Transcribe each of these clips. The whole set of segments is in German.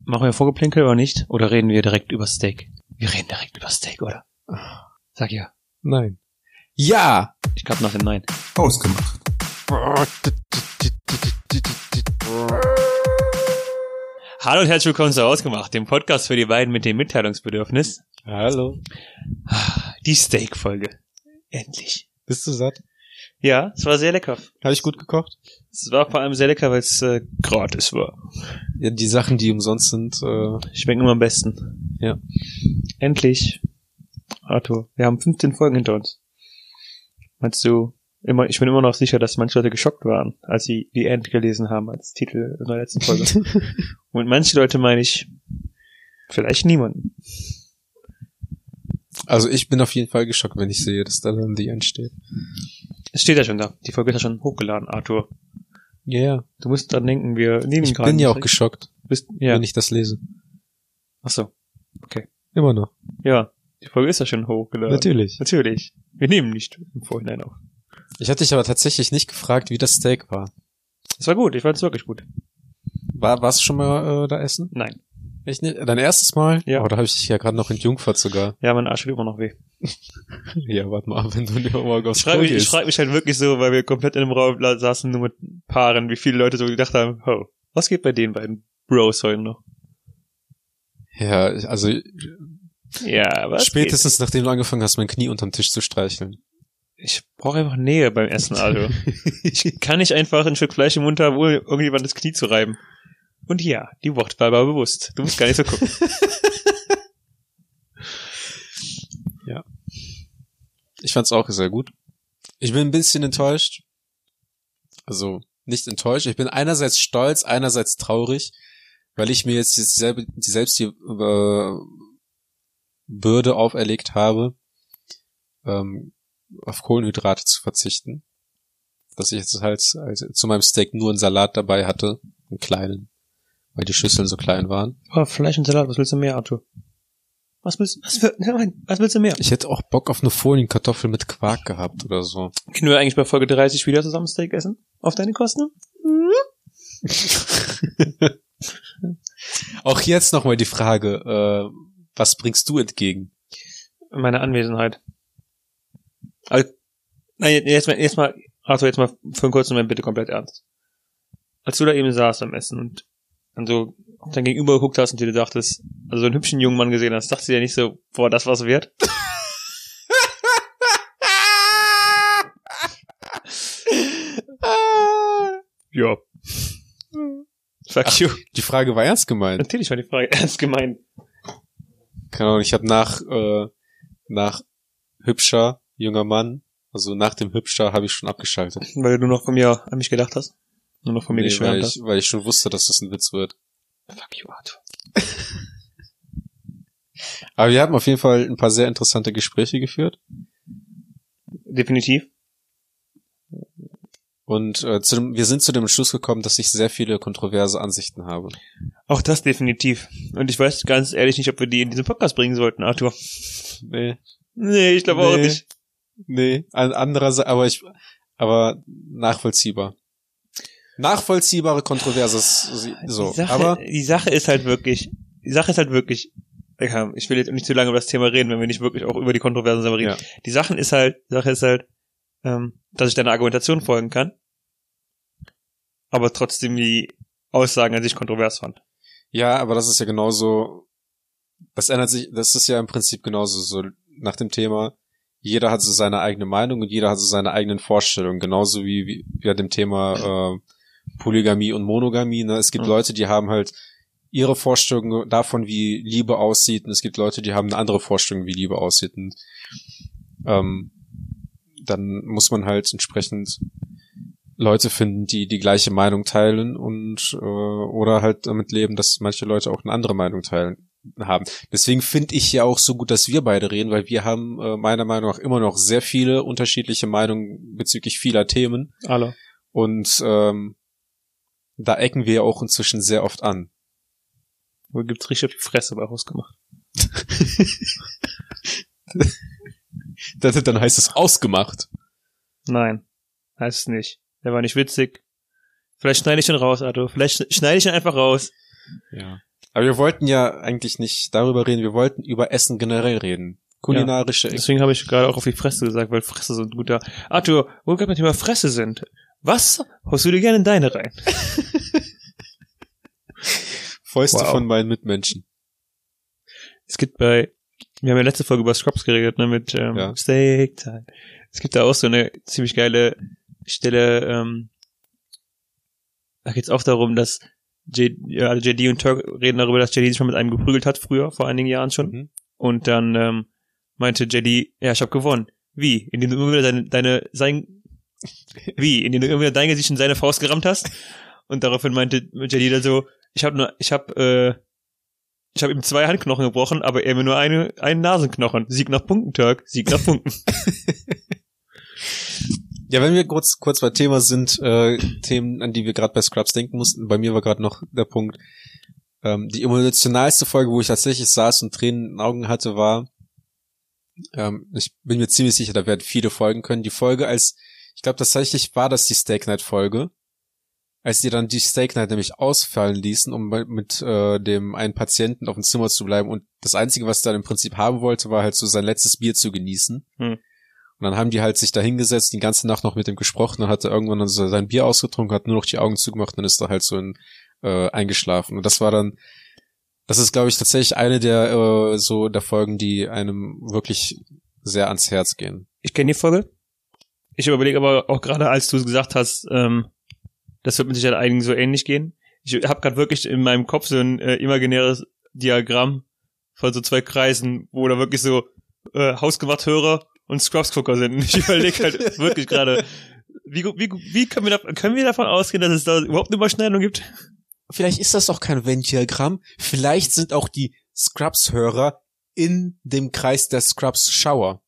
Machen wir Vorgeplänkel oder nicht? Oder reden wir direkt über Steak? Wir reden direkt über Steak, oder? Sag ja. Nein. Ja! Ich glaube nach dem Nein. Ausgemacht. Hallo und herzlich willkommen zu Ausgemacht, dem Podcast für die beiden mit dem Mitteilungsbedürfnis. Hallo. Die Steak-Folge. Endlich. Bist du satt? Ja, es war sehr lecker. Habe ich gut gekocht? Es war vor allem sehr lecker, weil es gratis war. Ja, die Sachen, die umsonst sind, schmecken immer am besten. Ja. Endlich. Arthur, wir haben 15 Folgen hinter uns. Meinst du, ich bin immer noch sicher, dass manche Leute geschockt waren, als sie die End gelesen haben als Titel in der letzten Folge. Und manche Leute meine ich, vielleicht niemanden. Also ich bin auf jeden Fall geschockt, wenn ich sehe, dass da dann die End steht. Es steht ja schon da. Die Folge ist ja schon hochgeladen, Arthur. Ja, yeah. Du musst dran denken, wir nehmen gerade. Ich bin ja auch geschockt, ja. wenn ich das lese. Ach so. Okay. Immer noch. Ja, die Folge ist ja schon hochgeladen. Natürlich. Wir nehmen nicht im Vorhinein auf. Ich hatte dich aber tatsächlich nicht gefragt, wie das Steak war. Es war gut, ich fand es wirklich gut. Warst du schon mal da essen? Nein. Echt nicht? Dein erstes Mal? Ja. Aber da habe ich dich ja gerade noch entjungfert sogar. Ja, mein Arsch tut immer noch weh. Ja, warte mal, wenn du nicht mal aufs Klo gehst. Ich frage mich halt wirklich so, weil wir komplett in einem Raum saßen, nur mit Paaren, wie viele Leute so gedacht haben, oh, was geht bei den beiden Bros heute noch? Ja, also ja, was spätestens nachdem du angefangen hast, mein Knie unterm Tisch zu streicheln. Ich brauche einfach Nähe beim Essen, also. Ich kann nicht einfach ein Stück Fleisch im Mund haben, ohne irgendjemand das Knie zu reiben. Und ja, die Wortwahl war bewusst. Du musst gar nicht so gucken. Ja. Ich fand's auch sehr gut. Ich bin ein bisschen enttäuscht. Also, nicht enttäuscht. Ich bin einerseits stolz, einerseits traurig, weil ich mir jetzt selbst die Bürde auferlegt habe, auf Kohlenhydrate zu verzichten. Dass ich jetzt halt zu meinem Steak nur einen Salat dabei hatte, einen kleinen, weil die Schüsseln so klein waren. Oh, Fleisch und Salat, was willst du mehr, Arthur? Was willst du mehr? Ich hätte auch Bock auf eine Folienkartoffel mit Quark gehabt oder so. Können wir eigentlich bei Folge 30 wieder zusammen Steak essen? Auf deine Kosten? Auch jetzt nochmal die Frage, was bringst du entgegen? Meine Anwesenheit. Also, nein, jetzt mal, Arthur, jetzt mal für einen kurzen Moment bitte komplett ernst. Als du da eben saßt am Essen und dann so dein Gegenüber geguckt hast und dir dachtest, also so einen hübschen jungen Mann gesehen hast, dachtest du dir nicht so, boah, das war's wert? Ja. Fuck you. Die Frage war ernst gemeint. Natürlich war die Frage ernst gemeint. Keine Ahnung, ich habe nach hübscher junger Mann, also nach dem hübscher habe ich schon abgeschaltet. Weil du noch von mir an mich gedacht hast? Nur noch von mir geschwärmt hast? Weil ich schon wusste, dass das ein Witz wird. Fuck you, Arthur. Aber wir haben auf jeden Fall ein paar sehr interessante Gespräche geführt. Definitiv. Und wir sind zu dem Schluss gekommen, dass ich sehr viele kontroverse Ansichten habe. Auch das definitiv. Und ich weiß ganz ehrlich nicht, ob wir die in diesen Podcast bringen sollten, Arthur. Nee, ich glaube auch nicht. Nee, andererseits, aber nachvollziehbar. Nachvollziehbare Kontroverses, so. Die Sache ist halt wirklich, ich will jetzt nicht zu lange über das Thema reden, wenn wir nicht wirklich auch über die Kontroversen selber reden. Ja. Die Sache ist halt, dass ich deiner Argumentation folgen kann, aber trotzdem die Aussagen an sich kontrovers fand. Ja, aber das ist ja genauso, das ist ja im Prinzip genauso so nach dem Thema, jeder hat so seine eigene Meinung und jeder hat so seine eigenen Vorstellungen, genauso wie bei dem Thema Polygamie und Monogamie. Ne? Es gibt Leute, die haben halt ihre Vorstellungen davon, wie Liebe aussieht, und es gibt Leute, die haben eine andere Vorstellung, wie Liebe aussieht. Und dann muss man halt entsprechend Leute finden, die die gleiche Meinung teilen und oder halt damit leben, dass manche Leute auch eine andere Meinung haben. Deswegen finde ich ja auch so gut, dass wir beide reden, weil wir haben meiner Meinung nach immer noch sehr viele unterschiedliche Meinungen bezüglich vieler Themen. Alle. Und da ecken wir ja auch inzwischen sehr oft an. Wo gibt's richtig auf die Fresse bei rausgemacht? Dann heißt es ausgemacht. Nein, heißt es nicht. Der war nicht witzig. Vielleicht schneide ich ihn raus, Arthur. Vielleicht schneide ich ihn einfach raus. Ja. Aber wir wollten ja eigentlich nicht darüber reden, wir wollten über Essen generell reden. Kulinarische. Ja, deswegen habe ich gerade auch auf die Fresse gesagt, weil Fresse sind guter. Arthur, wo wir gerade beim Thema Fresse sind. Was haust du dir gerne in deine rein? Fäuste von meinen Mitmenschen. Es gibt wir haben ja letzte Folge über Scrubs geredet, ne, mit Steak Time. Es gibt da auch so eine ziemlich geile Stelle, da geht's auch darum, dass JD und Turk reden darüber, dass JD sich mal mit einem geprügelt hat früher, vor einigen Jahren schon. Mhm. Und dann meinte JD, ja, ich habe gewonnen. Wie? Indem du immer wieder indem du immer wieder dein Gesicht in seine Faust gerammt hast? Und daraufhin meinte JD dann so, ich habe ihm 2 Handknochen gebrochen, aber er mir nur einen Nasenknochen. Sieg nach Punkten, Turk. Sieg nach Punkten. Ja, wenn wir kurz bei Thema sind, Themen, an die wir gerade bei Scrubs denken mussten, bei mir war gerade noch der Punkt, die emotionalste Folge, wo ich tatsächlich saß und Tränen in den Augen hatte, war, ich bin mir ziemlich sicher, da werden viele Folgen können, die Folge ich glaube tatsächlich war das die Steak Night Folge, als die dann die Steak Night nämlich ausfallen ließen, um mit dem einen Patienten auf dem Zimmer zu bleiben und das Einzige, was er dann im Prinzip haben wollte, war halt so sein letztes Bier zu genießen. Und dann haben die halt sich da hingesetzt, die ganze Nacht noch mit ihm gesprochen, dann hat er irgendwann dann so sein Bier ausgetrunken, hat nur noch die Augen zugemacht und dann ist er halt so eingeschlafen. Und das ist, glaube ich, tatsächlich eine der der Folgen, die einem wirklich sehr ans Herz gehen. Ich kenne die Folge. Ich überlege aber auch gerade, als du gesagt hast, das wird mit Sicherheit einigen so ähnlich gehen. Ich habe gerade wirklich in meinem Kopf so ein imaginäres Diagramm von so 2 Kreisen, wo da wirklich so Hausgemacht-Hörer und Scrubs-Gucker sind. Ich überlege halt wirklich gerade, wie können wir davon ausgehen, dass es da überhaupt eine Überschneidung gibt? Vielleicht ist das auch kein Venn-Diagramm. Vielleicht sind auch die Scrubs-Hörer in dem Kreis der Scrubs-Schauer.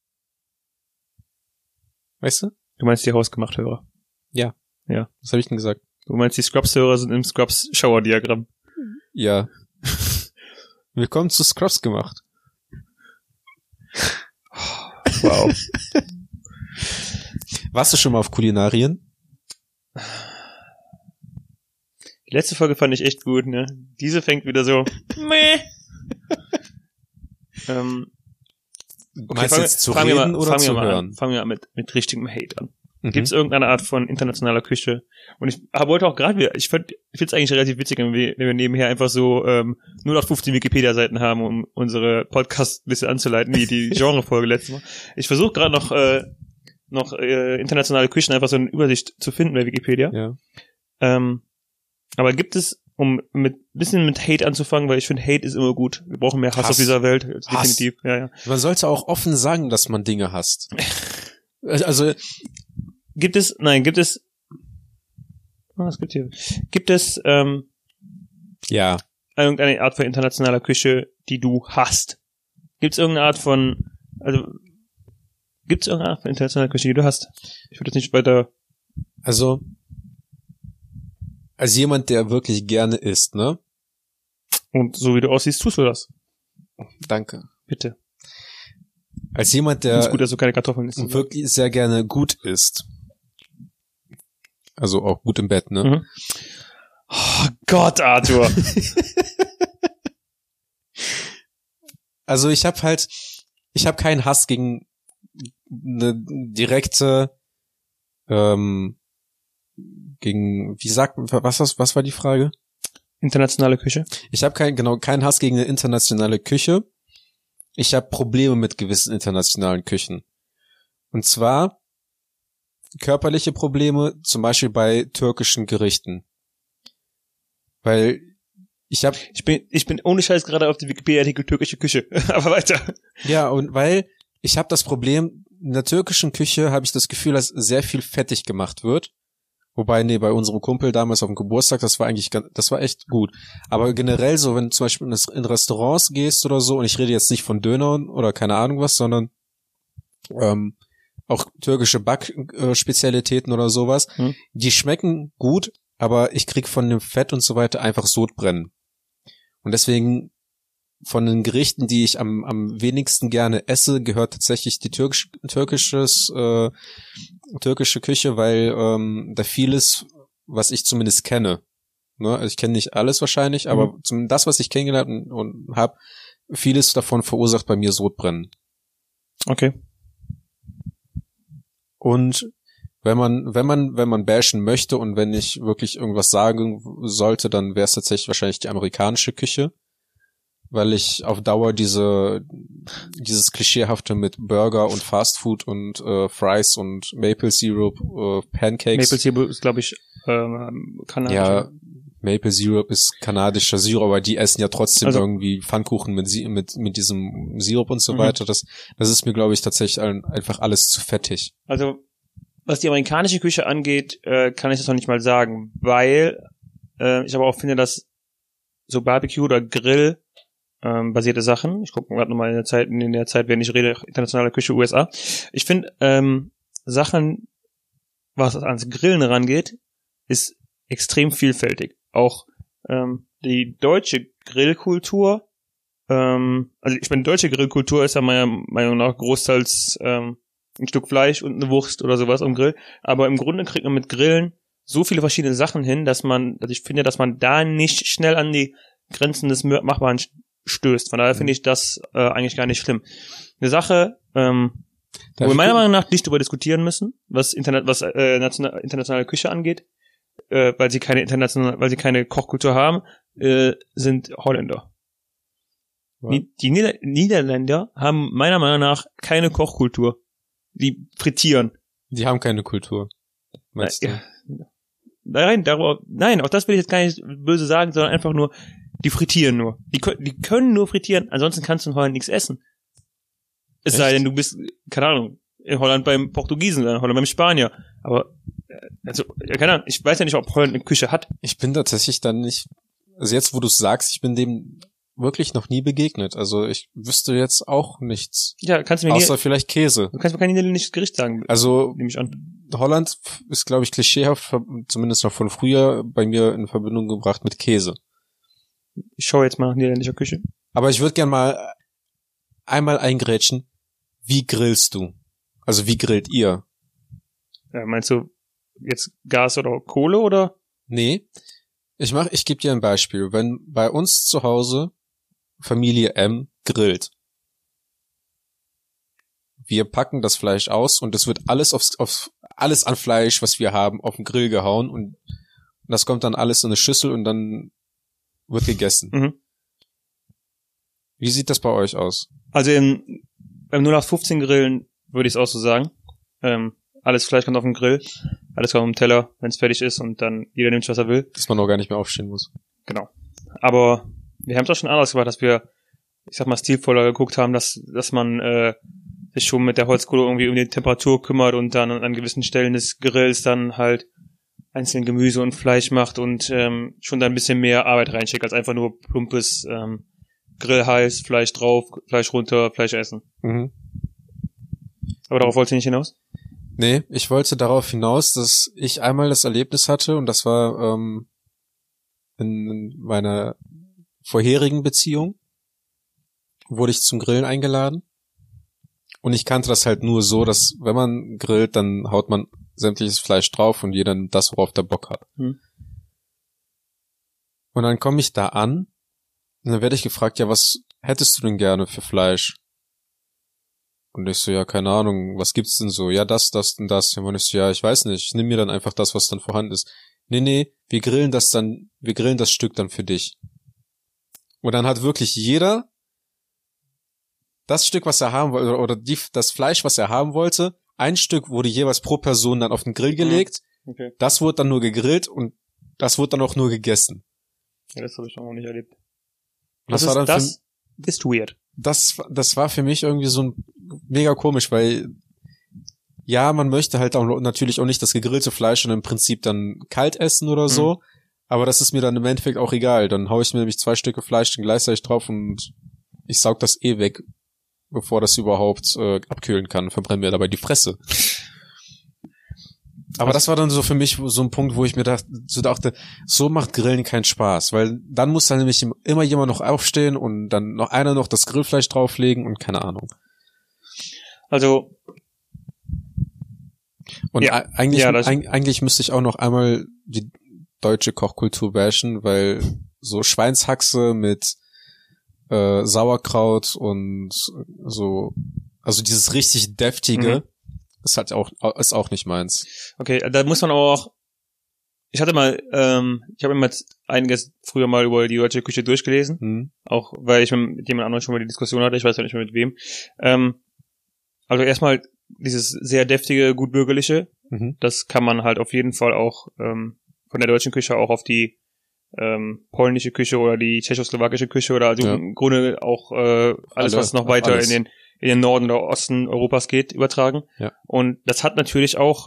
Weißt du? Du meinst die Hausgemacht-Hörer? Ja. Ja. Was habe ich denn gesagt? Du meinst die Scrubs-Hörer sind im Scrubs-Schauer-Diagramm? Ja. Willkommen zu Scrubs gemacht. Wow. Warst du schon mal auf Kulinarien? Die letzte Folge fand ich echt gut, ne? Diese fängt wieder so meh. Okay, jetzt zu reden oder zu hören? Fangen wir mal mit richtigem Hate an. Gibt es irgendeine Art von internationaler Küche? Und ich wollte auch gerade wieder, ich finde es eigentlich relativ witzig, wenn wir nebenher einfach so 0815 Wikipedia-Seiten haben, um unsere Podcast-Liste anzuleiten, wie die Genre-Folge letztes Mal. Ich versuche gerade noch internationale Küchen einfach so eine Übersicht zu finden bei Wikipedia. Ja. Aber gibt es, um bisschen mit Hate anzufangen, weil ich finde, Hate ist immer gut. Wir brauchen mehr Hass auf dieser Welt. Definitiv. Ja. Man sollte auch offen sagen, dass man Dinge hasst. Also Gibt es irgendeine Art von internationaler Küche, die du hasst? Gibt es irgendeine Art von internationaler Küche, die du hast? Ich würde jetzt nicht weiter... Also, als jemand, der wirklich gerne isst, ne? Und so wie du aussiehst, tust du das. Danke. Bitte. Als jemand, der ist gut, dass du keine Kartoffeln isst, wirklich sehr gerne gut isst. Also auch gut im Bett, ne? Mhm. Oh Gott, Arthur. Also ich habe keinen Hass gegen eine direkte gegen, was war die Frage? Internationale Küche? Ich habe keinen Hass gegen eine internationale Küche. Ich habe Probleme mit gewissen internationalen Küchen. Und zwar körperliche Probleme, zum Beispiel bei türkischen Gerichten. Weil ich bin ohne Scheiß gerade auf dem Wikipedia-Artikel türkische Küche. Aber weiter. Ja, und weil ich habe das Problem, in der türkischen Küche habe ich das Gefühl, dass sehr viel fettig gemacht wird. Wobei, bei unserem Kumpel damals auf dem Geburtstag, das war echt gut. Aber generell so, wenn du zum Beispiel in Restaurants gehst oder so, und ich rede jetzt nicht von Dönern oder keine Ahnung was, sondern auch türkische Backspezialitäten oder sowas, die schmecken gut, aber ich krieg von dem Fett und so weiter einfach Sodbrennen. Und deswegen von den Gerichten, die ich am wenigsten gerne esse, gehört tatsächlich die türkische Küche, weil da vieles, was ich zumindest kenne, Ne? Ich kenne nicht alles wahrscheinlich, aber zumindest das, was ich kennengelernt und habe, vieles davon verursacht bei mir Sodbrennen. Okay. Und wenn man bashen möchte und wenn ich wirklich irgendwas sagen sollte, dann wäre es tatsächlich wahrscheinlich die amerikanische Küche, weil ich auf Dauer dieses Klischeehafte mit Burger und Fastfood und Fries und Maple Syrup, Pancakes. Maple Syrup ist, glaube ich, kanadisch. Ja, Maple Syrup ist kanadischer Syrup, aber die essen ja trotzdem irgendwie Pfannkuchen mit diesem Syrup und so weiter. Das ist mir, glaube ich, tatsächlich einfach alles zu fettig. Also, was die amerikanische Küche angeht, kann ich das noch nicht mal sagen, weil ich aber auch finde, dass so Barbecue oder Grill basierte Sachen, ich gucke gerade nochmal in der Zeit, wenn ich rede, internationale Küche USA, ich finde Sachen, was ans Grillen rangeht, ist extrem vielfältig. Auch die deutsche Grillkultur, also ich meine, deutsche Grillkultur ist ja meiner Meinung nach großteils ein Stück Fleisch und eine Wurst oder sowas am Grill, aber im Grunde kriegt man mit Grillen so viele verschiedene Sachen hin, dass ich finde, dass man da nicht schnell an die Grenzen des Machbaren stößt. Von daher finde ich das eigentlich gar nicht schlimm. Eine Sache, wo wir meiner Meinung nach nicht darüber diskutieren müssen, was internationale Küche angeht, weil sie keine Kochkultur haben, sind Holländer. Die Niederländer haben meiner Meinung nach keine Kochkultur. Die frittieren. Die haben keine Kultur. Meinst du? Nein, auch das will ich jetzt gar nicht böse sagen, sondern einfach nur, die frittieren nur. Die können nur frittieren, ansonsten kannst du in Holland nichts essen. Es sei denn, du bist, keine Ahnung, in Holland beim Portugiesen, in Holland beim Spanier. Aber, keine Ahnung, ich weiß ja nicht, ob Holland eine Küche hat. Ich bin tatsächlich dann nicht, also jetzt, wo du es sagst, ich bin dem wirklich noch nie begegnet. Also ich wüsste jetzt auch nichts. Ja, kannst du mir außer vielleicht Käse. Du kannst mir kein niederländisches Gericht sagen. Also, nehme ich an. Holland ist, glaube ich, klischeehaft, zumindest noch von früher, bei mir in Verbindung gebracht mit Käse. Ich schaue jetzt mal nach niederländischer Küche. Aber ich würde gern mal einmal eingrätschen. Wie grillst du? Also wie grillt ihr? Ja, meinst du jetzt Gas oder Kohle oder? Nee. Ich gebe dir ein Beispiel. Wenn bei uns zu Hause Familie M grillt, wir packen das Fleisch aus und es wird alles alles an Fleisch, was wir haben, auf den Grill gehauen und das kommt dann alles in eine Schüssel und dann wird gegessen. Mhm. Wie sieht das bei euch aus? Also beim 0815 Grillen würde ich es auch so sagen. Alles Fleisch kommt auf den Grill, alles kommt auf den Teller, wenn es fertig ist und dann jeder nimmt, was er will. Dass man auch gar nicht mehr aufstehen muss. Genau. Aber wir haben es auch schon anders gemacht, dass wir, ich sag mal, stilvoller geguckt haben, dass man sich schon mit der Holzkohle irgendwie um die Temperatur kümmert und dann an gewissen Stellen des Grills dann halt einzeln Gemüse und Fleisch macht und schon da ein bisschen mehr Arbeit reinschickt, als einfach nur plumpes Grill heiß, Fleisch drauf, Fleisch runter, Fleisch essen. Mhm. Aber darauf wollt ihr nicht hinaus? Nee, ich wollte darauf hinaus, dass ich einmal das Erlebnis hatte und das war in meiner vorherigen Beziehung wurde ich zum Grillen eingeladen und ich kannte das halt nur so, dass wenn man grillt, dann haut man sämtliches Fleisch drauf und jeder nimmt das, worauf der Bock hat. Hm. Und dann komme ich da an und dann werde ich gefragt, ja, was hättest du denn gerne für Fleisch? Und ich so, ja, keine Ahnung, was gibt's denn so? Ja, das und das. Und ich so, ja, ich weiß nicht, ich nehme mir dann einfach das, was dann vorhanden ist. Nee, wir grillen das Stück dann für dich. Und dann hat wirklich jeder das Stück, was er haben wollte, oder das Fleisch, was er haben wollte, ein Stück wurde jeweils pro Person dann auf den Grill gelegt. Okay. Das wurde dann nur gegrillt und das wurde dann auch nur gegessen. Ja, das habe ich noch nicht erlebt. Das ist weird. Das war für mich irgendwie so mega komisch, weil ja, man möchte halt auch natürlich auch nicht das gegrillte Fleisch und im Prinzip dann kalt essen oder so, aber das ist mir dann im Endeffekt auch egal. Dann hau ich mir nämlich 2 Stücke Fleisch gleichzeitig drauf und ich saug das weg, bevor das überhaupt abkühlen kann, verbrenne mir dabei die Fresse. Aber das war dann so für mich so ein Punkt, wo ich mir dachte, so macht Grillen keinen Spaß, weil dann muss dann nämlich immer jemand noch aufstehen und dann noch einer noch das Grillfleisch drauflegen und keine Ahnung. Also und ja. eigentlich müsste ich auch noch einmal deutsche Kochkultur bashen, weil so Schweinshaxe mit Sauerkraut und so, also dieses richtig deftige ist halt auch nicht meins. Okay, da muss man aber auch, ich habe immer einiges früher mal über die deutsche Küche durchgelesen, auch weil ich mit jemand anderem schon mal die Diskussion hatte, ich weiß ja nicht mehr mit wem. Also erstmal dieses sehr deftige, gut bürgerliche, das kann man halt auf jeden Fall auch von der deutschen Küche auch auf die polnische Küche oder die tschechoslowakische Küche oder also im Grunde auch alles, was noch weiter in den Norden oder Osten Europas geht, übertragen. Ja. Und das hat natürlich auch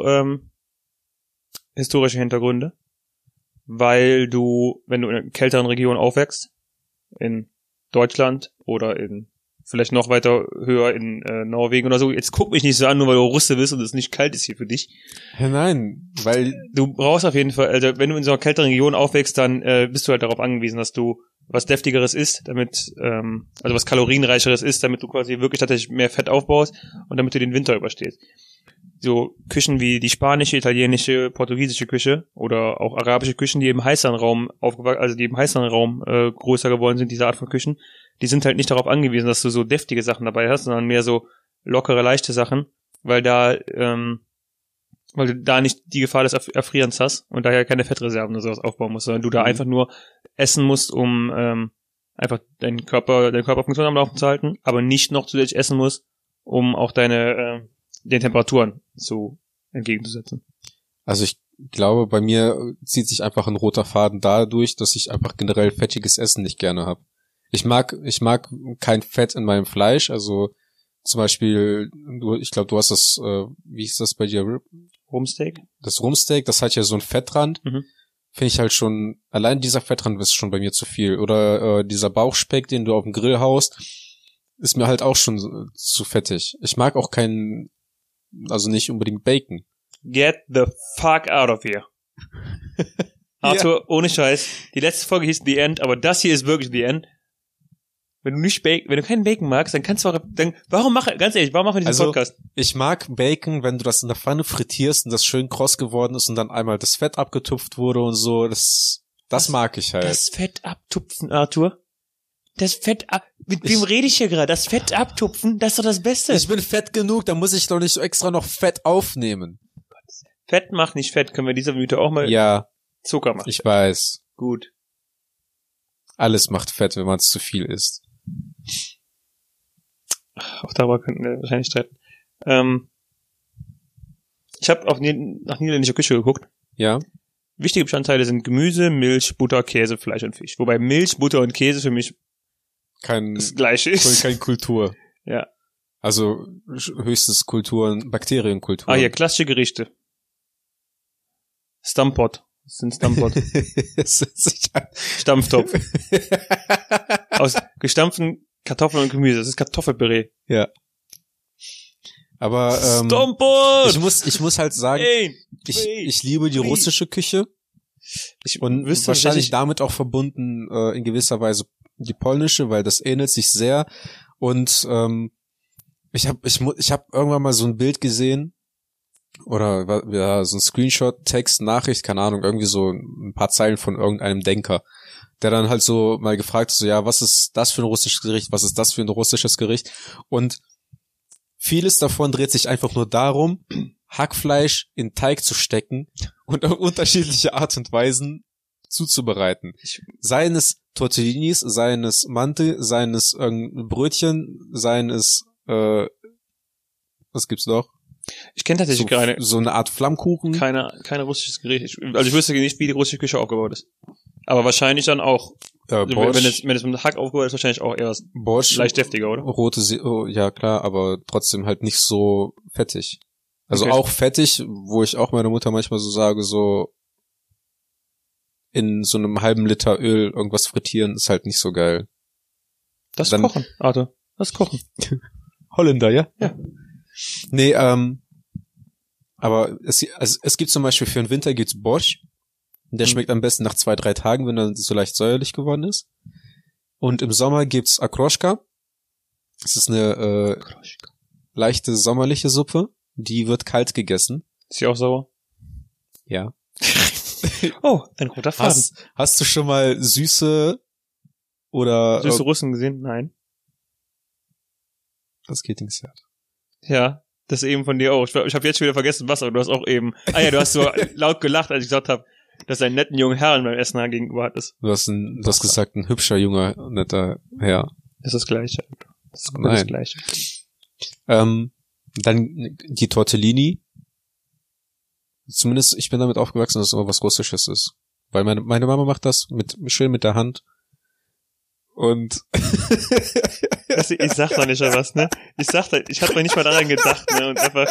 historische Hintergründe, weil du, wenn du in kälteren Regionen aufwächst, in Deutschland oder in vielleicht noch weiter höher in Norwegen oder so. Jetzt guck mich nicht so an, nur weil du Russe bist und es nicht kalt ist hier für dich. Ja, nein, weil du brauchst auf jeden Fall, also wenn du in so einer kälteren Region aufwächst, dann bist du halt darauf angewiesen, dass du was Deftigeres isst, damit, also was Kalorienreicheres isst, damit du quasi wirklich tatsächlich mehr Fett aufbaust und damit du den Winter überstehst. So Küchen wie die spanische, italienische, portugiesische Küche oder auch arabische Küchen, die im heißeren Raum größer geworden sind, diese Art von Küchen, die sind halt nicht darauf angewiesen, dass du so deftige Sachen dabei hast, sondern mehr so lockere, leichte Sachen, weil du da nicht die Gefahr des Erfrierens hast und daher keine Fettreserven oder sowas aufbauen musst, sondern du da einfach nur essen musst, um einfach deine Körperfunktion am Laufen zu halten, aber nicht noch zusätzlich essen musst, um auch den Temperaturen entgegenzusetzen. Also ich glaube, bei mir zieht sich einfach ein roter Faden dadurch, dass ich einfach generell fettiges Essen nicht gerne habe. Ich mag kein Fett in meinem Fleisch, also zum Beispiel, ich glaube, du hast das, wie ist das bei dir? Rumpsteak? Das Rumpsteak, das hat ja so einen Fettrand. Finde ich halt schon, allein dieser Fettrand ist schon bei mir zu viel. Oder dieser Bauchspeck, den du auf dem Grill haust, ist mir halt auch schon zu fettig. Ich mag auch also nicht unbedingt Bacon. Get the fuck out of here. Arthur, ohne Scheiß. Die letzte Folge hieß The End, aber das hier ist wirklich The End. Wenn du keinen Bacon magst, dann kannst du auch, warum machen wir diesen Podcast? Ich mag Bacon, wenn du das in der Pfanne frittierst und das schön kross geworden ist und dann einmal das Fett abgetupft wurde und so, das mag ich halt. Das Fett abtupfen, Arthur? Mit wem rede ich hier gerade? Das Fett abtupfen, das ist doch das Beste. Ich bin fett genug, da muss ich doch nicht extra noch Fett aufnehmen. Fett macht nicht Fett. Können wir dieser Minute auch mal Zucker machen? Ich weiß. Gut. Alles macht Fett, wenn man es zu viel isst. Auch darüber könnten wir wahrscheinlich streiten. Ich habe nach niederländischer Küche geguckt. Ja. Wichtige Bestandteile sind Gemüse, Milch, Butter, Käse, Fleisch und Fisch. Wobei Milch, Butter und Käse für mich das Gleiche ist. Keine Kultur. Ja. Also höchstens Kulturen, Bakterienkulturen. Ah ja, klassische Gerichte. Stampot. Das sind Stampot. Stampftopf. Aus gestampften Kartoffeln und Gemüse. Das ist Kartoffelpüree. Ja. Aber Stampot! Ich muss halt sagen, ich liebe die russische Küche. Und wahrscheinlich damit auch verbunden in gewisser Weise die polnische, weil das ähnelt sich sehr. Und ich hab irgendwann mal so ein Bild gesehen oder ja, so ein Screenshot, Text, Nachricht, keine Ahnung, irgendwie so ein paar Zeilen von irgendeinem Denker, der dann halt so mal gefragt hat, so ja, was ist das für ein russisches Gericht, was ist das für ein russisches Gericht? Und vieles davon dreht sich einfach nur darum, Hackfleisch in Teig zu stecken und auf unterschiedliche Art und Weisen zuzubereiten. Seien es Tortellinis, seien es Mante, seien es Brötchen, seien es was gibt's noch? Ich kenne tatsächlich so eine Art Flammkuchen. Keine russisches Gericht. Ich wüsste nicht, wie die russische Küche aufgebaut ist. Aber wahrscheinlich dann auch, wenn es mit Hack aufgebaut ist, wahrscheinlich auch eher leicht deftiger, oder? Ja klar, aber trotzdem halt nicht so fettig. Also okay. Auch fettig, wo ich auch meiner Mutter manchmal so sage, so in so einem halben Liter Öl irgendwas frittieren, ist halt nicht so geil. Das Kochen, Arthur. Das Kochen. Holländer, ja? Ja. Nee, aber es gibt zum Beispiel für den Winter gibt's Borscht. Der schmeckt am besten nach 2-3 Tagen, wenn er so leicht säuerlich geworden ist. Und im Sommer gibt's Akroschka. Das ist eine leichte sommerliche Suppe. Die wird kalt gegessen. Ist die auch sauer? Ja. Oh, ein roter Faden. Hast du schon mal süße Russen gesehen? Nein. Das geht ins Herz. Ja, das eben von dir auch. Ich habe jetzt schon wieder vergessen, was, aber du hast auch eben... du hast so laut gelacht, als ich gesagt habe, dass du einen netten jungen Herrn beim Essen gegenüber hattest. Du hast gesagt, ein hübscher, junger, netter Herr. Das ist das Gleiche. Das ist Nein. das Gleiche. Dann die Tortellini. Zumindest, ich bin damit aufgewachsen, dass es immer was Russisches ist. Weil meine Mama macht das schön mit der Hand. Und ich sag doch nicht was, ne? Ich hab noch nicht mal daran gedacht, ne? Und einfach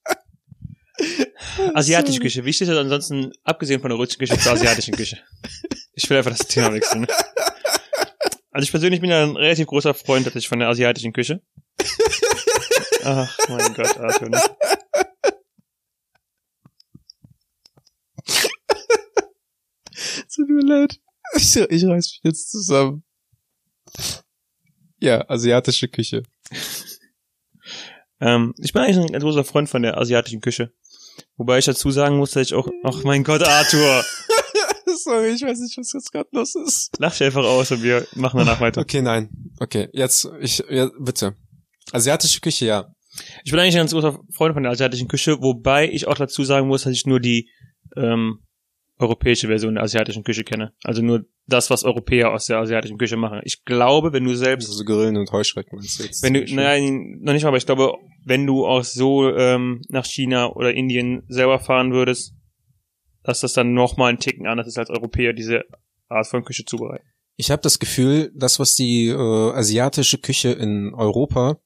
asiatische Küche. Wie steht das ansonsten, abgesehen von der russischen Küche, zur asiatischen Küche? Ich will einfach das Thema wechseln. Also ich persönlich bin ja ein relativ großer Freund tatsächlich von der asiatischen Küche. Ach, mein Gott, Arthur, ne? Tut mir leid. Ich reiß mich jetzt zusammen. Ja, asiatische Küche. Ich bin eigentlich ein ganz großer Freund von der asiatischen Küche. Wobei ich dazu sagen muss, dass ich auch... Ach mein Gott, Arthur! Sorry, ich weiß nicht, was jetzt gerade los ist. Lach dich einfach aus und wir machen danach weiter. Okay, nein. Okay, bitte. Asiatische Küche, ja. Ich bin eigentlich ein ganz großer Freund von der asiatischen Küche, wobei ich auch dazu sagen muss, dass ich nur die europäische Version der asiatischen Küche kenne. Also nur das, was Europäer aus der asiatischen Küche machen. Ich glaube, wenn du selbst... Also Grillen und Heuschrecken meinst du jetzt? Nein, noch nicht mal, aber ich glaube, wenn du auch so nach China oder Indien selber fahren würdest, dass das dann nochmal einen Ticken anders ist als Europäer, diese Art von Küche zubereiten. Ich habe das Gefühl, das, was die asiatische Küche in Europa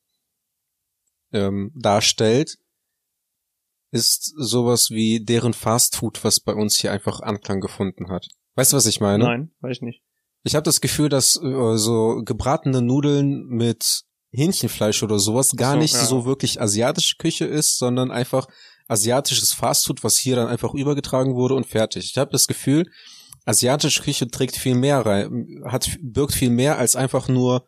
darstellt, ist sowas wie deren Fastfood, was bei uns hier einfach Anklang gefunden hat. Weißt du, was ich meine? Nein, weiß ich nicht. Ich habe das Gefühl, dass so gebratene Nudeln mit Hähnchenfleisch oder sowas gar nicht so wirklich asiatische Küche ist, sondern einfach asiatisches Fastfood, was hier dann einfach übergetragen wurde und fertig. Ich habe das Gefühl, asiatische Küche trägt viel mehr rein, birgt viel mehr als einfach nur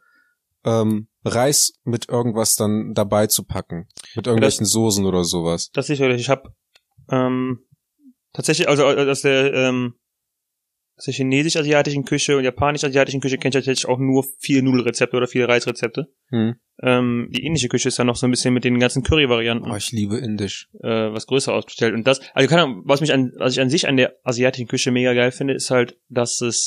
Reis mit irgendwas dann dabei zu packen. Mit irgendwelchen Soßen oder sowas. Das sicherlich. Ich habe tatsächlich, also aus der chinesisch-asiatischen Küche und japanisch-asiatischen Küche kenne ich tatsächlich auch nur viele Nudelrezepte oder viele Reisrezepte. Die indische Küche ist dann noch so ein bisschen mit den ganzen Curry-Varianten. Oh, ich liebe Indisch. Was größer ausgestellt. Und das, also keine Ahnung, was ich an sich an der asiatischen Küche mega geil finde, ist halt, dass es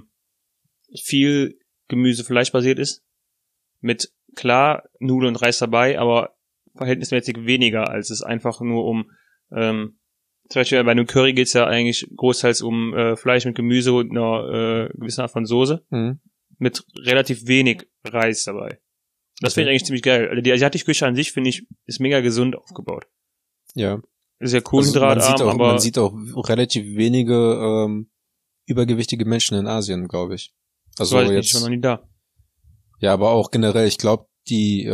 viel Gemüse, Fleisch basiert ist. Mit, klar, Nudeln und Reis dabei, aber verhältnismäßig weniger, als es einfach nur um, zum Beispiel bei einem Curry geht's ja eigentlich großteils um Fleisch mit Gemüse und einer gewissen Art von Soße. Mit relativ wenig Reis dabei. Das finde ich eigentlich ziemlich geil. Also die asiatische Küche an sich, finde ich, ist mega gesund aufgebaut. Ja. Ist ja kohlenhydratarm, also aber... Man sieht auch relativ wenige übergewichtige Menschen in Asien, glaube ich. Also weiß ich jetzt nicht, ich war noch nie da. Ja, aber auch generell, ich glaube, die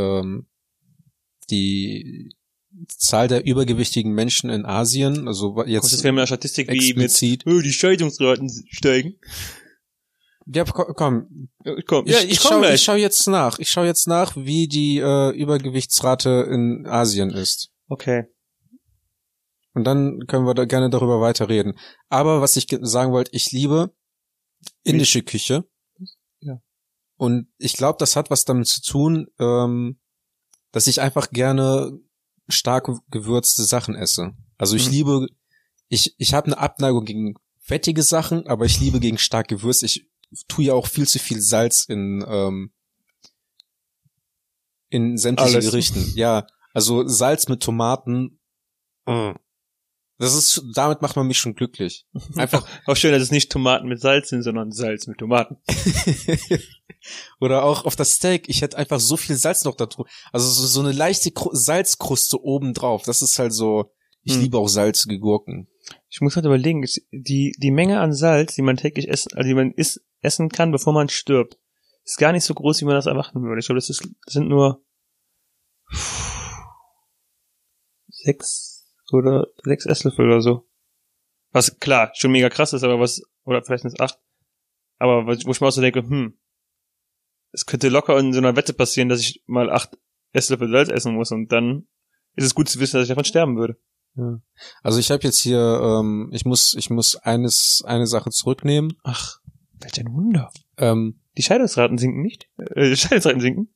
Zahl der übergewichtigen Menschen in Asien, also jetzt das wäre eine Statistik explizit, wie mit, die Scheidungsraten steigen. Ja, komm. Ich schau jetzt nach, wie die Übergewichtsrate in Asien ist. Okay. Und dann können wir da gerne darüber weiterreden. Aber was ich sagen wollte, ich liebe indische Küche. Ja. Und ich glaube, das hat was damit zu tun, dass ich einfach gerne stark gewürzte Sachen esse. Also ich liebe, ich habe eine Abneigung gegen fettige Sachen, aber ich liebe gegen stark gewürzt. Ich tue ja auch viel zu viel Salz in sämtliche Gerichten. Ja, also Salz mit Tomaten. Damit macht man mich schon glücklich. Einfach. Auch schön, dass es nicht Tomaten mit Salz sind, sondern Salz mit Tomaten. Oder auch auf das Steak. Ich hätte einfach so viel Salz noch da drüber. Also so eine leichte Salzkruste oben drauf. Das ist halt so, ich liebe auch salzige Gurken. Ich muss halt überlegen, die Menge an Salz, die man täglich essen kann, bevor man stirbt, ist gar nicht so groß, wie man das erwarten würde. Ich glaube, das sind nur 6 Esslöffel oder so. Was klar, schon mega krass ist, aber oder vielleicht sind es 8. Aber wo ich mir auch so denke, es könnte locker in so einer Wette passieren, dass ich mal 8 Esslöffel Salz essen muss und dann ist es gut zu wissen, dass ich davon sterben würde. Ja. Also ich habe jetzt hier, ich muss eine Sache zurücknehmen. Ach, welch ein Wunder. Die Scheidungsraten sinken nicht? Scheidungsraten sinken?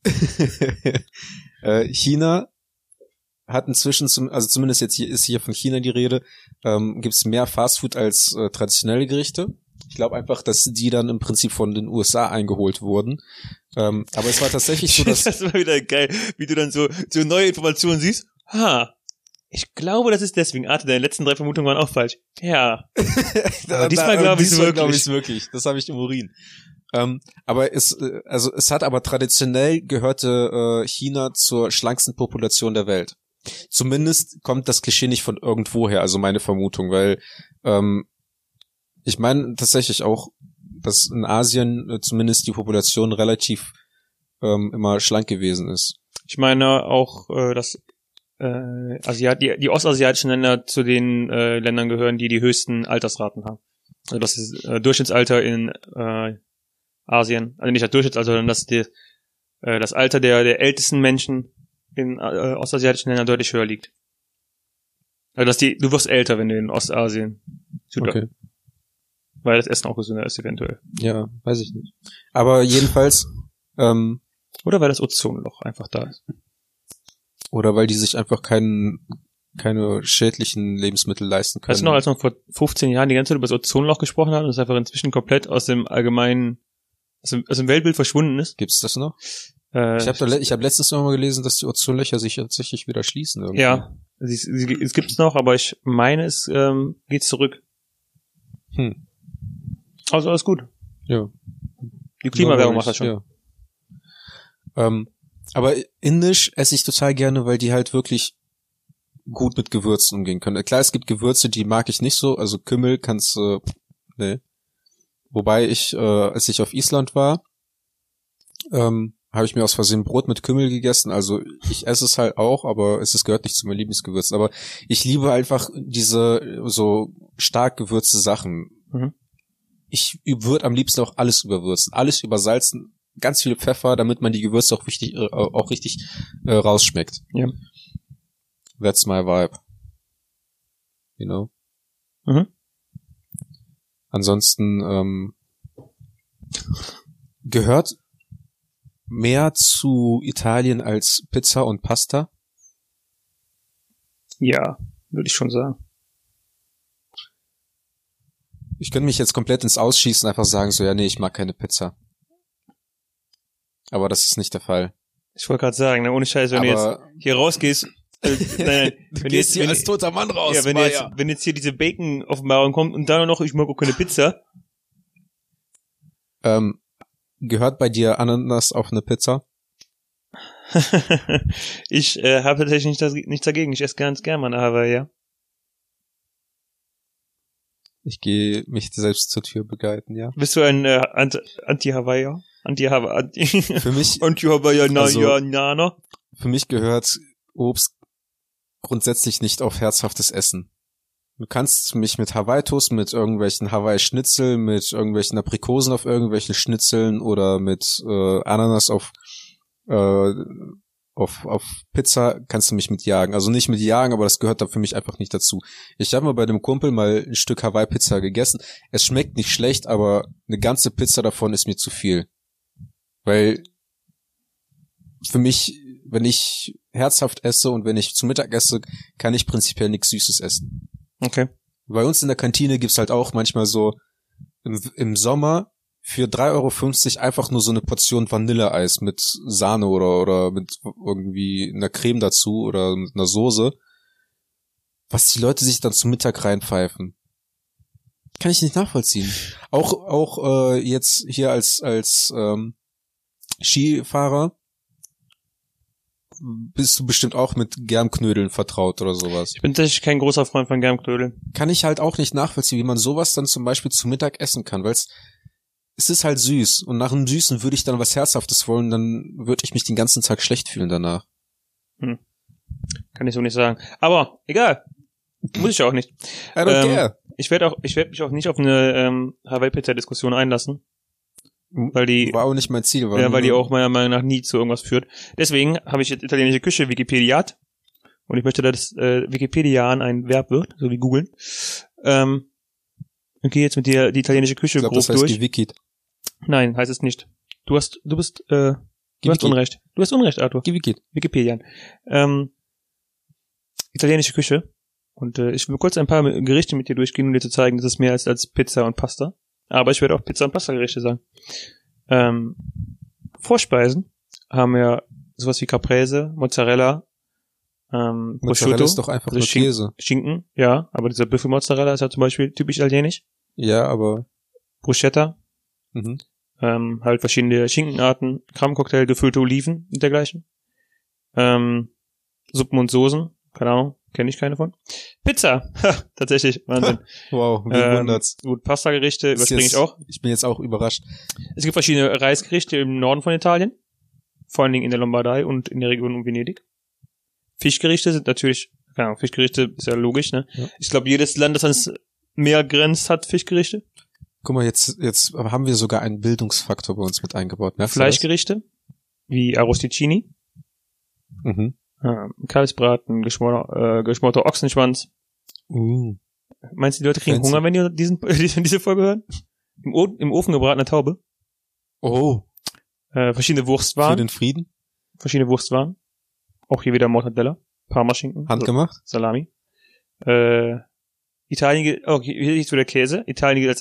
China hat inzwischen, also zumindest jetzt ist hier von China die Rede, gibt es mehr Fastfood als traditionelle Gerichte. Ich glaube einfach, dass die dann im Prinzip von den USA eingeholt wurden. Aber es war tatsächlich so, dass... Das ist immer wieder geil, wie du dann so neue Informationen siehst. Ich glaube, das ist deswegen. Arte, deine letzten 3 Vermutungen waren auch falsch. Ja. Aber diesmal glaube ich es wirklich. Das habe ich im Urin. Aber es hat aber traditionell gehörte China zur schlanksten Population der Welt. Zumindest kommt das Klischee nicht von irgendwoher, also meine Vermutung, weil ich meine tatsächlich auch, dass in Asien zumindest die Population relativ immer schlank gewesen ist. Ich meine auch, dass die ostasiatischen Länder zu den Ländern gehören, die höchsten Altersraten haben. Also das ist Durchschnittsalter in Asien, also nicht das Durchschnittsalter, sondern das Alter der ältesten Menschen in ostasiatischen Ländern deutlich höher liegt. Also du wirst älter, wenn du in Ostasien okay. Weil das Essen auch gesünder ist eventuell. Ja, weiß ich nicht. Aber jedenfalls oder weil das Ozonloch einfach da ist. Oder weil die sich einfach keine schädlichen Lebensmittel leisten können. Weißt du noch, als man vor 15 Jahren die ganze Zeit über das Ozonloch gesprochen hat und es einfach inzwischen komplett aus dem allgemeinen, aus dem Weltbild verschwunden ist? Gibt's das noch? Ich habe letztens noch mal gelesen, dass die Ozonlöcher sich tatsächlich wieder schließen. Irgendwie. Ja, es gibt's noch, aber ich meine, es geht zurück. Also alles gut. Ja. Die Klimawerbung macht das schon. Ja. Aber indisch esse ich total gerne, weil die halt wirklich gut mit Gewürzen umgehen können. Klar, es gibt Gewürze, die mag ich nicht so, also Kümmel kannst du, nee. Wobei als ich auf Island war, habe ich mir aus Versehen Brot mit Kümmel gegessen. Also ich esse es halt auch, aber gehört nicht zu meinen Lieblingsgewürzen. Aber ich liebe einfach diese so stark gewürzte Sachen. Ich würde am liebsten auch alles überwürzen, alles übersalzen, ganz viel Pfeffer, damit man die Gewürze auch richtig rausschmeckt. Ja. That's my vibe. You know? Ansonsten gehört mehr zu Italien als Pizza und Pasta? Ja, würde ich schon sagen. Ich könnte mich jetzt komplett ins Ausschießen, einfach sagen so, ja, nee, ich mag keine Pizza. Aber das ist nicht der Fall. Ich wollte gerade sagen, ohne Scheiß, wenn du jetzt hier rausgehst, nein, du gehst hier als toter Mann raus. Ja, wenn jetzt hier diese Bacon-Offenbarung kommt und dann noch, ich mag auch keine Pizza. Gehört bei dir Ananas auf eine Pizza? Ich habe tatsächlich nichts dagegen. Ich esse ganz gern mal eine Hawaii, ja. Ich gehe mich selbst zur Tür begleiten, ja. Bist du ein Anti-Hawaiier? Für mich Anti-Hawaiianer? Für mich gehört Obst grundsätzlich nicht auf herzhaftes Essen. Du kannst mich mit Hawaii-Toast, mit irgendwelchen Hawaii-Schnitzel, mit irgendwelchen Aprikosen auf irgendwelchen Schnitzeln oder mit Ananas auf Pizza kannst du mich mit jagen. Also nicht mit jagen, aber das gehört da für mich einfach nicht dazu. Ich habe mal bei dem Kumpel mal ein Stück Hawaii-Pizza gegessen. Es schmeckt nicht schlecht, aber eine ganze Pizza davon ist mir zu viel. Weil für mich, wenn ich herzhaft esse und wenn ich zu Mittag esse, kann ich prinzipiell nichts Süßes essen. Okay. Bei uns in der Kantine gibt's halt auch manchmal so im Sommer für 3,50 € einfach nur so eine Portion Vanilleeis mit Sahne oder mit irgendwie einer Creme dazu oder mit einer Soße, was die Leute sich dann zum Mittag reinpfeifen. Kann ich nicht nachvollziehen. Auch jetzt hier als Skifahrer bist du bestimmt auch mit Germknödeln vertraut oder sowas. Ich bin tatsächlich kein großer Freund von Germknödeln. Kann ich halt auch nicht nachvollziehen, wie man sowas dann zum Beispiel zu Mittag essen kann, weil es ist halt süß und nach dem Süßen würde ich dann was Herzhaftes wollen, dann würde ich mich den ganzen Tag schlecht fühlen danach. Kann ich so nicht sagen. Aber egal. Muss ich auch nicht. I don't care. Ich werde mich auch nicht auf eine Hawaii-Pizza-Diskussion einlassen. Weil die war auch nicht mein Ziel. Weil die auch meiner Meinung nach nie zu irgendwas führt. Deswegen habe ich jetzt italienische Küche Wikipediat und ich möchte, dass Wikipedian ein Verb wird, so wie googeln, und gehe jetzt mit dir die italienische Küche grob das heißt durch. Gewikit. Nein, heißt es nicht. Du hast Unrecht. Du hast Unrecht, Arthur. Gewikit. Wikipedian. Italienische Küche. Und ich will kurz ein paar Gerichte mit dir durchgehen, um dir zu zeigen, dass es mehr ist als Pizza und Pasta. Aber ich werde auch Pizza und Pasta-Gerichte sagen. Vorspeisen haben wir sowas wie Caprese, Mozzarella, Mozzarella Prosciutto. ist doch einfach Also nur Käse. Schinken, ja. Aber dieser Büffelmozzarella ist ja zum Beispiel typisch italienisch. Ja, aber... Bruschetta. Mhm. Halt verschiedene Schinkenarten, Krabbencocktail, gefüllte Oliven und dergleichen. Suppen und Soßen, keine Ahnung, kenne ich keine von. Pizza, tatsächlich, Wahnsinn. Wow, wie wundert's. Gut, Pasta-Gerichte überspringe ich auch. Ich bin jetzt auch überrascht. Es gibt verschiedene Reisgerichte im Norden von Italien, vor allen Dingen in der Lombardei und in der Region um Venedig. Fischgerichte sind natürlich, keine Ahnung, Fischgerichte ist ja logisch, ne? Ja. Ich glaube, jedes Land, das ans Meer grenzt, hat Fischgerichte. Guck mal, jetzt haben wir sogar einen Bildungsfaktor bei uns mit eingebaut. Merkst du das? Fleischgerichte, wie Arrosticini. Mhm. Kalbsbraten, geschmorter Ochsenschwanz. Meinst du, die Leute kriegen Fancy. Hunger, wenn die diese Folge hören? Im Ofen gebratene Taube. Oh, Verschiedene für Wurstwaren. den Frieden? Verschiedene Wurstwaren. Auch hier wieder Mortadella. Parmaschinken. Handgemacht? Salami. Italien gilt, hier ist wieder Käse. Italien gilt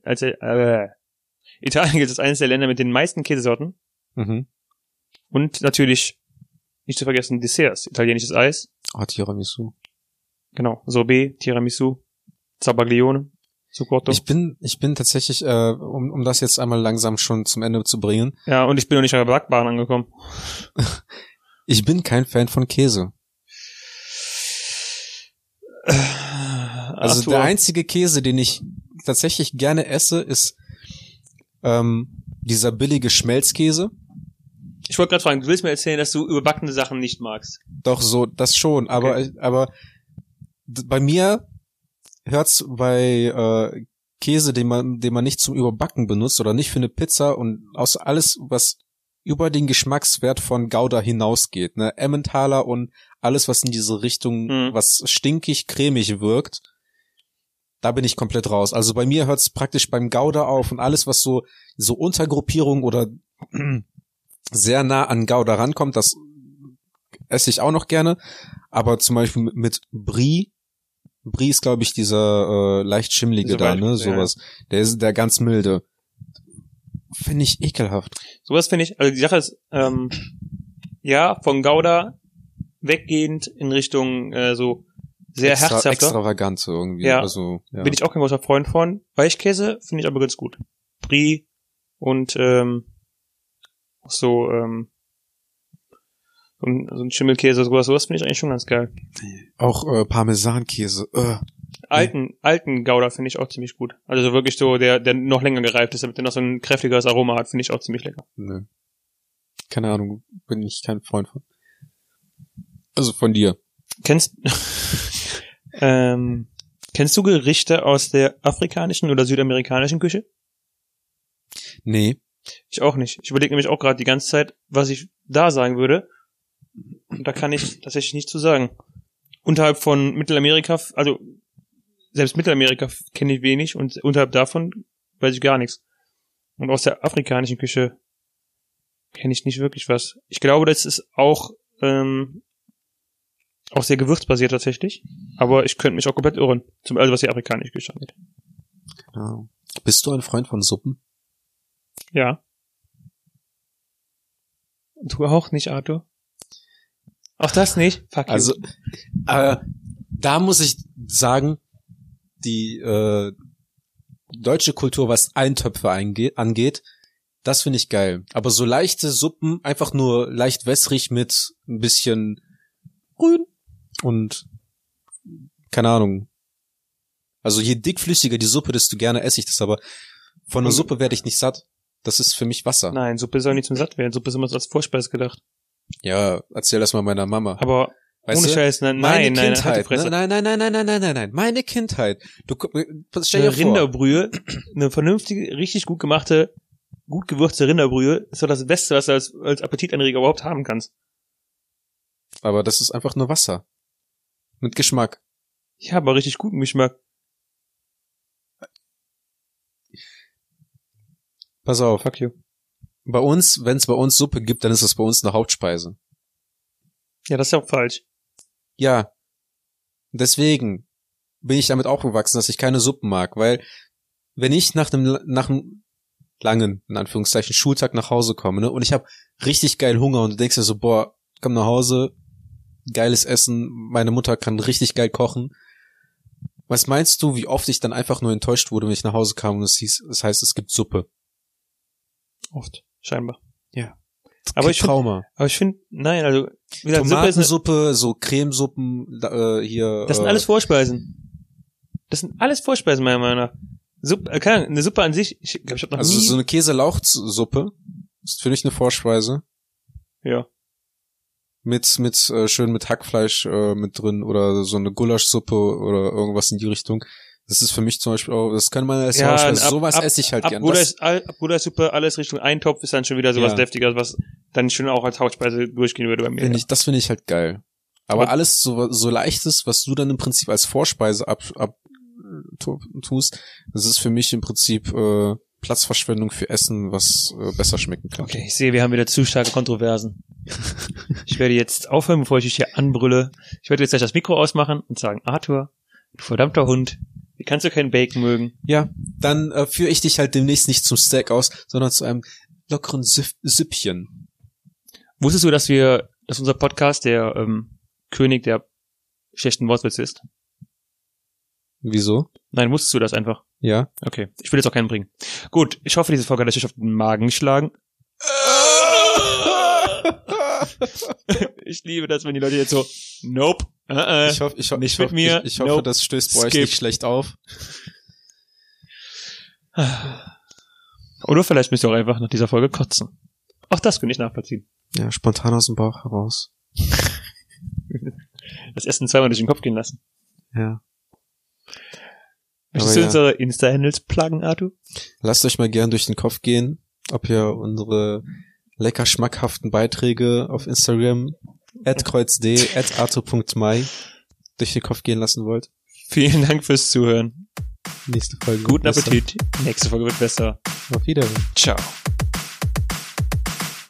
als eines der Länder mit den meisten Käsesorten. Mhm. Und natürlich, nicht zu vergessen, Desserts. Italienisches Eis. Oh, Tiramisu. Genau. Sorbet, Tiramisu, Zabaglione, Zucotto. Ich bin tatsächlich, um das jetzt einmal langsam schon zum Ende zu bringen. Ja, und ich bin noch nicht an der Backbahn angekommen. Ich bin kein Fan von Käse. Also Arthur, der einzige Käse, den ich tatsächlich gerne esse, ist dieser billige Schmelzkäse. ich wollte gerade fragen, du willst mir erzählen, dass du überbackene Sachen nicht magst. Doch, so, das schon, aber bei mir hört's bei Käse, den man nicht zum Überbacken benutzt oder nicht für eine Pizza und aus alles, was über den Geschmackswert von Gouda hinausgeht, ne, Emmentaler und alles, was in diese Richtung, was stinkig, cremig wirkt, da bin ich komplett raus. Also bei mir hört's praktisch beim Gouda auf und alles, was so Untergruppierung oder sehr nah an Gouda rankommt, das esse ich auch noch gerne. Aber zum Beispiel mit Brie ist, glaube ich, dieser leicht schimmlige da, ne, sowas. Ja. Der ist der ganz milde. Finde ich ekelhaft. Sowas finde ich, also die Sache ist, ja, von Gouda weggehend in Richtung so sehr herzhafter. Extravagant so irgendwie. Ja, also, ja. Bin ich auch kein großer Freund von. Weichkäse finde ich aber ganz gut. Brie und so ein Schimmelkäse, sowas finde ich eigentlich schon ganz geil. Auch Parmesankäse. Alten Gouda finde ich auch ziemlich gut. Also so wirklich so, der noch länger gereift ist, damit der noch so ein kräftigeres Aroma hat, finde ich auch ziemlich lecker. Nö. Keine Ahnung, bin ich kein Freund von. Also von dir. Kennst du Gerichte aus der afrikanischen oder südamerikanischen Küche? Nee. Ich auch nicht. Ich überlege nämlich auch gerade die ganze Zeit, was ich da sagen würde. Und da kann ich tatsächlich nichts zu sagen. Unterhalb von Mittelamerika, also selbst Mittelamerika kenne ich wenig und unterhalb davon weiß ich gar nichts. Und aus der afrikanischen Küche kenne ich nicht wirklich was. Ich glaube, das ist auch sehr gewürzbasiert tatsächlich. Aber ich könnte mich auch komplett irren. Also was die afrikanische Küche angeht. Genau. Bist du ein Freund von Suppen? Ja. Du auch nicht, Arthur? Auch das nicht? Fuck you. Also, da muss ich sagen, die deutsche Kultur, was Eintöpfe angeht, das finde ich geil. Aber so leichte Suppen, einfach nur leicht wässrig mit ein bisschen grün und keine Ahnung. Also je dickflüssiger die Suppe, desto gerne esse ich das. Aber von einer Suppe werde ich nicht satt. Das ist für mich Wasser. Nein, Suppe soll nicht zum Satt werden. Suppe ist immer so als Vorspeise gedacht. Ja, erzähl das mal meiner Mama. Aber weißt ohne du? Scheiß, nein, Meine halt die Kindheit, Fresse. nein, meine Kindheit. Du stell dir Eine vor. Rinderbrühe, eine vernünftige, richtig gut gemachte, gut gewürzte Rinderbrühe ist doch das Beste, was du als Appetitanreger überhaupt haben kannst. Aber das ist einfach nur Wasser. Mit Geschmack. Ja, aber richtig guten Geschmack. Pass auf. Fuck you. Wenn es bei uns Suppe gibt, dann ist es bei uns eine Hauptspeise. Ja, das ist ja auch falsch. Ja. Deswegen bin ich damit aufgewachsen, dass ich keine Suppen mag, weil wenn ich nach einem langen, in Anführungszeichen, Schultag nach Hause komme, ne, und ich habe richtig geil Hunger und du denkst dir so, boah, komm nach Hause, geiles Essen, meine Mutter kann richtig geil kochen. Was meinst du, wie oft ich dann einfach nur enttäuscht wurde, wenn ich nach Hause kam und es heißt, es gibt Suppe? Oft, scheinbar. Ja. Aber ich Trauma. finde, nein, also wie gesagt, Tomatensuppe, so Cremesuppen, hier. Das sind alles Vorspeisen. Das sind alles Vorspeisen, meiner Meinung nach. Keine Ahnung, eine Suppe an sich, ich glaube, ich habe noch also nie... so eine Käselauchsuppe ist für mich eine Vorspeise. Ja. Schön mit Hackfleisch mit drin oder so eine Gulaschsuppe oder irgendwas in die Richtung. Das ist für mich zum Beispiel auch, das kann man als Vorspeise. Sowas esse ich halt gern. Ab Gulaschsuppe, alles Richtung Eintopf ist dann schon wieder sowas Deftiges, was dann schon auch als Hauptspeise durchgehen würde bei mir. Das finde ich halt geil. Aber alles so Leichtes, was du dann im Prinzip als Vorspeise tust, das ist für mich im Prinzip Platzverschwendung für Essen, was besser schmecken kann. Okay, ich sehe, wir haben wieder zu starke Kontroversen. Ich werde jetzt aufhören, bevor ich dich hier anbrülle. Ich werde jetzt gleich das Mikro ausmachen und sagen, Arthur, du verdammter Hund, wie kannst du keinen Bacon mögen? Ja, dann führe ich dich halt demnächst nicht zum Steak aus, sondern zu einem lockeren Süppchen. Wusstest du, dass unser Podcast der König der schlechten Wortwitze ist? Wieso? Nein, wusstest du das einfach? Ja. Okay, ich will jetzt auch keinen bringen. Gut, ich hoffe, diese Folge hat euch auf den Magen geschlagen. Ich liebe das, wenn die Leute jetzt so, nope, Ich hoffe, das stößt bei euch nicht schlecht auf. Oder vielleicht müsst ihr auch einfach nach dieser Folge kotzen. Auch das könnte ich nachvollziehen. Ja, spontan aus dem Bauch heraus. Das Essen zweimal durch den Kopf gehen lassen. Ja. Möchtest du unsere Insta-Handles pluggen, Arthur? Lasst euch mal gern durch den Kopf gehen, ob ihr unsere lecker schmackhaften Beiträge auf Instagram @kreuzdee @arthur.mai durch den Kopf gehen lassen wollt. Vielen Dank fürs Zuhören. Nächste Folge. Guten Appetit. Nächste Folge wird besser. Auf Wiedersehen. Ciao.